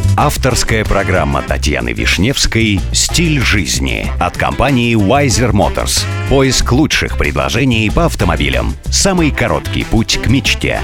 Авторская программа Татьяны Вишневской «Стиль жизни» от компании Wiser Motors. Поиск лучших предложений по автомобилям. Самый короткий путь к мечте.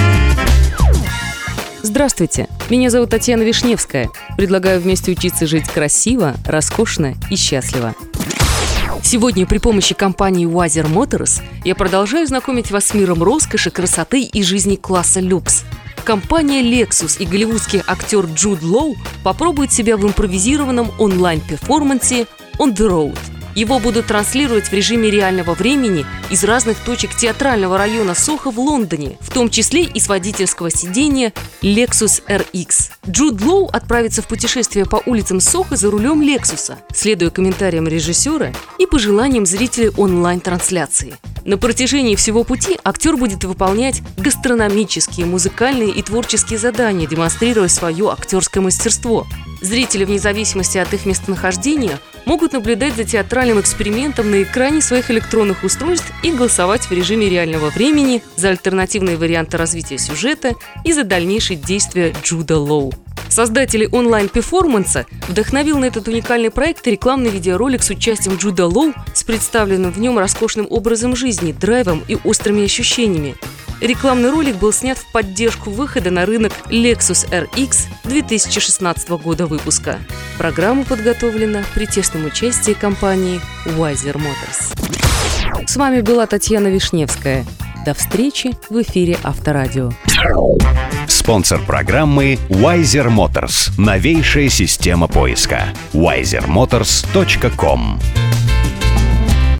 Здравствуйте, меня зовут Татьяна Вишневская. Предлагаю вместе учиться жить красиво, роскошно и счастливо. Сегодня при помощи компании Wiser Motors я продолжаю знакомить вас с миром роскоши, красоты и жизни класса люкс. Компания Lexus и голливудский актер Джуд Лоу попробуют себя в импровизированном онлайн-перформансе «On the Road». Его будут транслировать в режиме реального времени из разных точек театрального района Сохо в Лондоне, в том числе и с водительского сидения Lexus RX. Джуд Лоу отправится в путешествие по улицам Сохо за рулем Лексуса, следуя комментариям режиссера и пожеланиям зрителей онлайн-трансляции. На протяжении всего пути актер будет выполнять гастрономические, музыкальные и творческие задания, демонстрируя свое актерское мастерство. Зрители, вне зависимости от их местонахождения, могут наблюдать за театральным экспериментом на экране своих электронных устройств и голосовать в режиме реального времени за альтернативные варианты развития сюжета и за дальнейшие действия Джуда Лоу. Создатели онлайн-перформанса вдохновил на этот уникальный проект рекламный видеоролик с участием Джуда Лоу с представленным в нем роскошным образом жизни, драйвом и острыми ощущениями. Рекламный ролик был снят в поддержку выхода на рынок Lexus RX 2016 года выпуска. Программа подготовлена при тесном участии компании Wiser Motors. С вами была Татьяна Вишневская. До встречи в эфире Авторадио. Спонсор программы Wiser Motors. Новейшая система поиска. wisermotors.com